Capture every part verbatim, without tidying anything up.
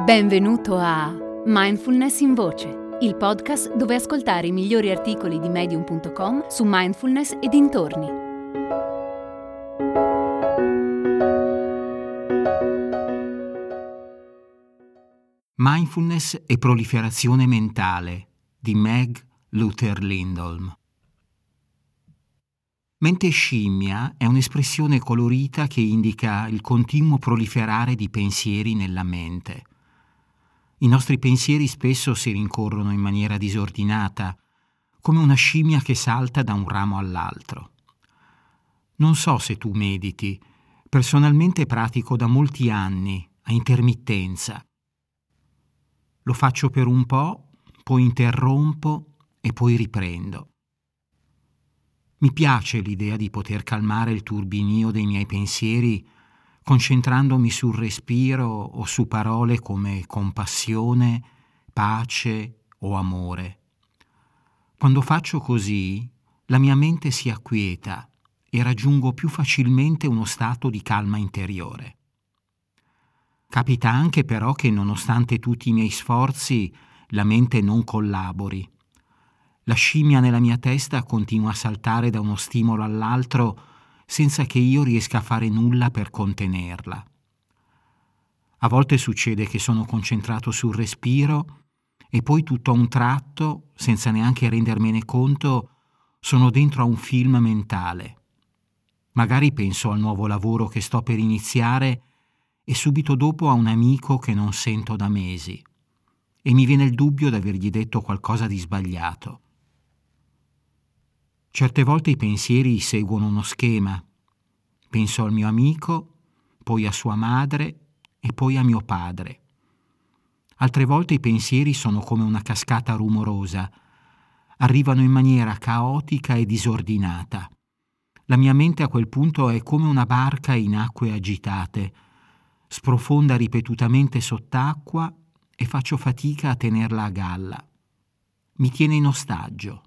Benvenuto a Mindfulness in Voce, il podcast dove ascoltare i migliori articoli di medium punto com su mindfulness e dintorni. Mindfulness e proliferazione mentale di Meg Luther Lindholm. Mente scimmia è un'espressione colorita che indica il continuo proliferare di pensieri nella mente. I nostri pensieri spesso si rincorrono in maniera disordinata, come una scimmia che salta da un ramo all'altro. Non so se tu mediti, personalmente pratico da molti anni, a intermittenza. Lo faccio per un po', poi interrompo e poi riprendo. Mi piace l'idea di poter calmare il turbinio dei miei pensieri concentrandomi sul respiro o su parole come compassione, pace o amore. Quando faccio così, la mia mente si acquieta e raggiungo più facilmente uno stato di calma interiore. Capita anche però che nonostante tutti i miei sforzi, la mente non collabori. La scimmia nella mia testa continua a saltare da uno stimolo all'altro senza che io riesca a fare nulla per contenerla. A volte succede che sono concentrato sul respiro e poi tutto a un tratto, senza neanche rendermene conto, sono dentro a un film mentale. Magari penso al nuovo lavoro che sto per iniziare e subito dopo a un amico che non sento da mesi e mi viene il dubbio di avergli detto qualcosa di sbagliato. Certe volte i pensieri seguono uno schema. Penso al mio amico, poi a sua madre e poi a mio padre. Altre volte i pensieri sono come una cascata rumorosa. Arrivano in maniera caotica e disordinata. La mia mente a quel punto è come una barca in acque agitate. Sprofonda ripetutamente sott'acqua e faccio fatica a tenerla a galla. Mi tiene in ostaggio.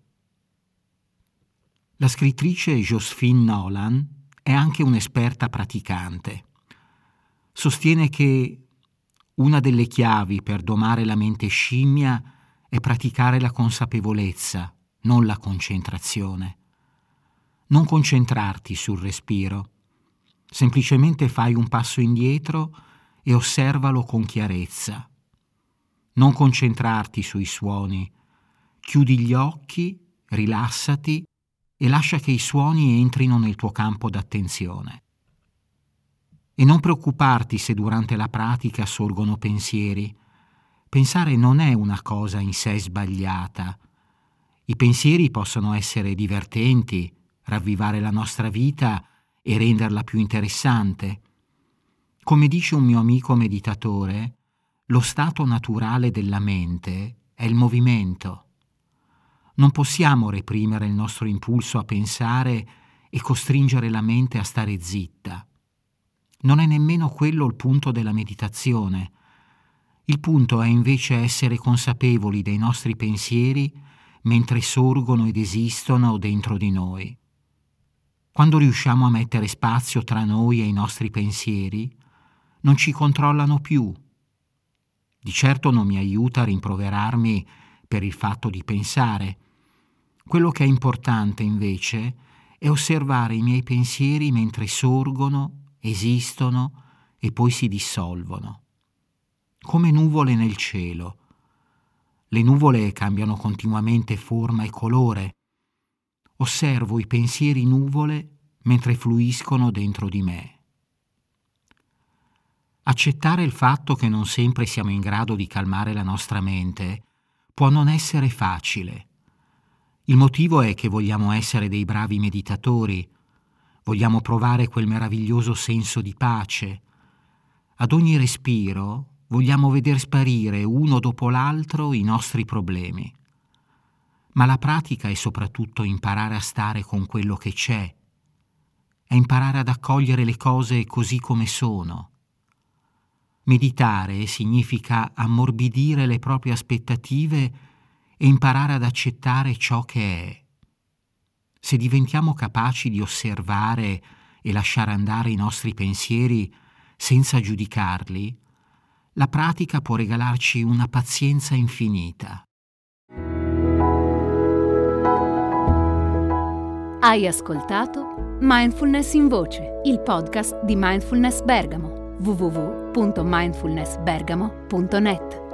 La scrittrice Josephine Nolan è anche un'esperta praticante. Sostiene che una delle chiavi per domare la mente scimmia è praticare la consapevolezza, non la concentrazione. Non concentrarti sul respiro. Semplicemente fai un passo indietro e osservalo con chiarezza. Non concentrarti sui suoni. Chiudi gli occhi, rilassati e lascia che i suoni entrino nel tuo campo d'attenzione. E non preoccuparti se durante la pratica sorgono pensieri. Pensare non è una cosa in sé sbagliata. I pensieri possono essere divertenti, ravvivare la nostra vita e renderla più interessante. Come dice un mio amico meditatore, lo stato naturale della mente è il movimento. Non possiamo reprimere il nostro impulso a pensare e costringere la mente a stare zitta. Non è nemmeno quello il punto della meditazione. Il punto è invece essere consapevoli dei nostri pensieri mentre sorgono ed esistono dentro di noi. Quando riusciamo a mettere spazio tra noi e i nostri pensieri, non ci controllano più. Di certo non mi aiuta a rimproverarmi per il fatto di pensare. Quello che è importante, invece, è osservare i miei pensieri mentre sorgono, esistono e poi si dissolvono. Come nuvole nel cielo. Le nuvole cambiano continuamente forma e colore. Osservo i pensieri nuvole mentre fluiscono dentro di me. Accettare il fatto che non sempre siamo in grado di calmare la nostra mente può non essere facile. Il motivo è che vogliamo essere dei bravi meditatori, vogliamo provare quel meraviglioso senso di pace. Ad ogni respiro vogliamo veder sparire uno dopo l'altro i nostri problemi. Ma la pratica è soprattutto imparare a stare con quello che c'è, è imparare ad accogliere le cose così come sono. Meditare significa ammorbidire le proprie aspettative e imparare ad accettare ciò che è. Se diventiamo capaci di osservare e lasciare andare i nostri pensieri senza giudicarli, la pratica può regalarci una pazienza infinita. Hai ascoltato Mindfulness in Voce, il podcast di Mindfulness Bergamo, w w w punto mindfulness bergamo punto net.